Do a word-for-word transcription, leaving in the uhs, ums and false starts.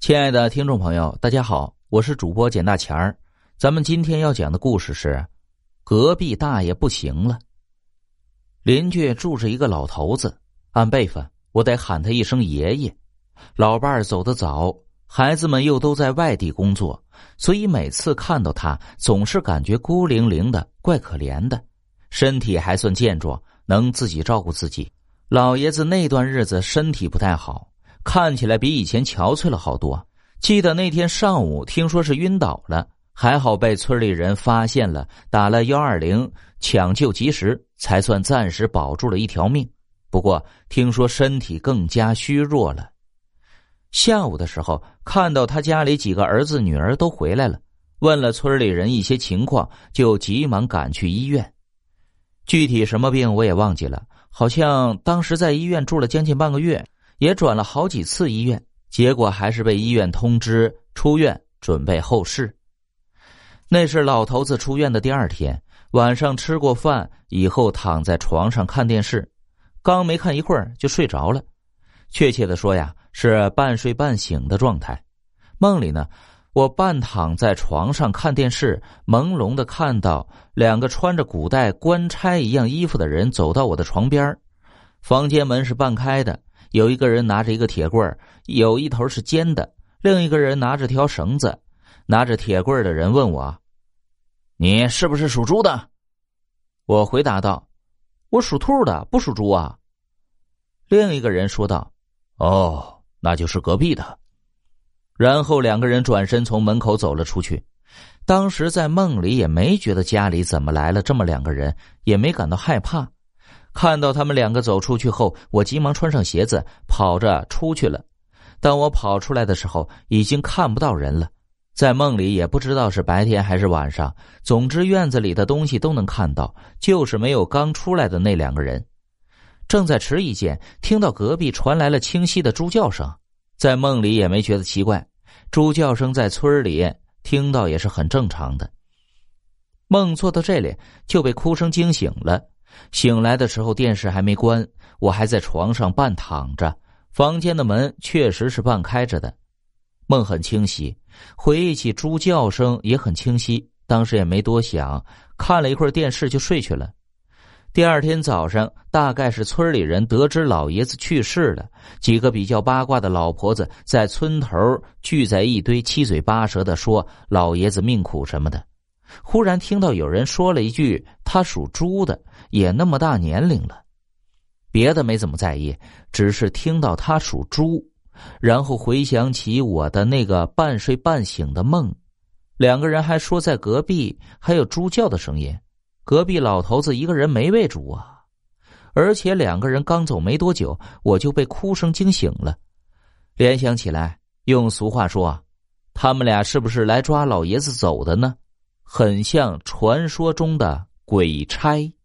亲爱的听众朋友，大家好，我是主播简大钱儿。咱们今天要讲的故事是隔壁大爷不行了。邻居住着一个老头子，按辈分我得喊他一声爷爷。老伴儿走得早，孩子们又都在外地工作，所以每次看到他总是感觉孤零零的，怪可怜的。身体还算健壮，能自己照顾自己。老爷子那段日子身体不太好，看起来比以前憔悴了好多。记得那天上午听说是晕倒了，还好被村里人发现了，打了一二零抢救及时，才算暂时保住了一条命。不过听说身体更加虚弱了。下午的时候看到他家里几个儿子女儿都回来了，问了村里人一些情况，就急忙赶去医院。具体什么病我也忘记了，好像当时在医院住了将近半个月，也转了好几次医院，结果还是被医院通知出院准备后事。那是老头子出院的第二天，晚上吃过饭以后躺在床上看电视，刚没看一会儿就睡着了。确切的说呀，是半睡半醒的状态。梦里呢，我半躺在床上看电视，朦胧的看到两个穿着古代官差一样衣服的人走到我的床边。房间门是半开的，有一个人拿着一个铁棍，有一头是尖的，另一个人拿着条绳子。拿着铁棍的人问我：你是不是属猪的？我回答道：我属兔的，不属猪啊。另一个人说道：哦，那就是隔壁的。然后两个人转身从门口走了出去。当时在梦里也没觉得家里怎么来了这么两个人，也没感到害怕。看到他们两个走出去后，我急忙穿上鞋子跑着出去了。当我跑出来的时候，已经看不到人了。在梦里也不知道是白天还是晚上，总之院子里的东西都能看到，就是没有刚出来的那两个人。正在迟疑间，听到隔壁传来了清晰的猪叫声。在梦里也没觉得奇怪，猪叫声在村里听到也是很正常的。梦做到这里就被哭声惊醒了。醒来的时候电视还没关，我还在床上半躺着，房间的门确实是半开着的。梦很清晰，回忆起猪叫声也很清晰，当时也没多想，看了一会儿电视就睡去了。第二天早上，大概是村里人得知老爷子去世了，几个比较八卦的老婆子在村头聚在一堆，七嘴八舌的说老爷子命苦什么的。忽然听到有人说了一句他属猪的，也那么大年龄了。别的没怎么在意，只是听到他属猪，然后回想起我的那个半睡半醒的梦。两个人还说在隔壁还有猪叫的声音，隔壁老头子一个人没喂猪啊。而且两个人刚走没多久，我就被哭声惊醒了。联想起来，用俗话说，他们俩是不是来抓老爷子走的呢？很像传说中的鬼差。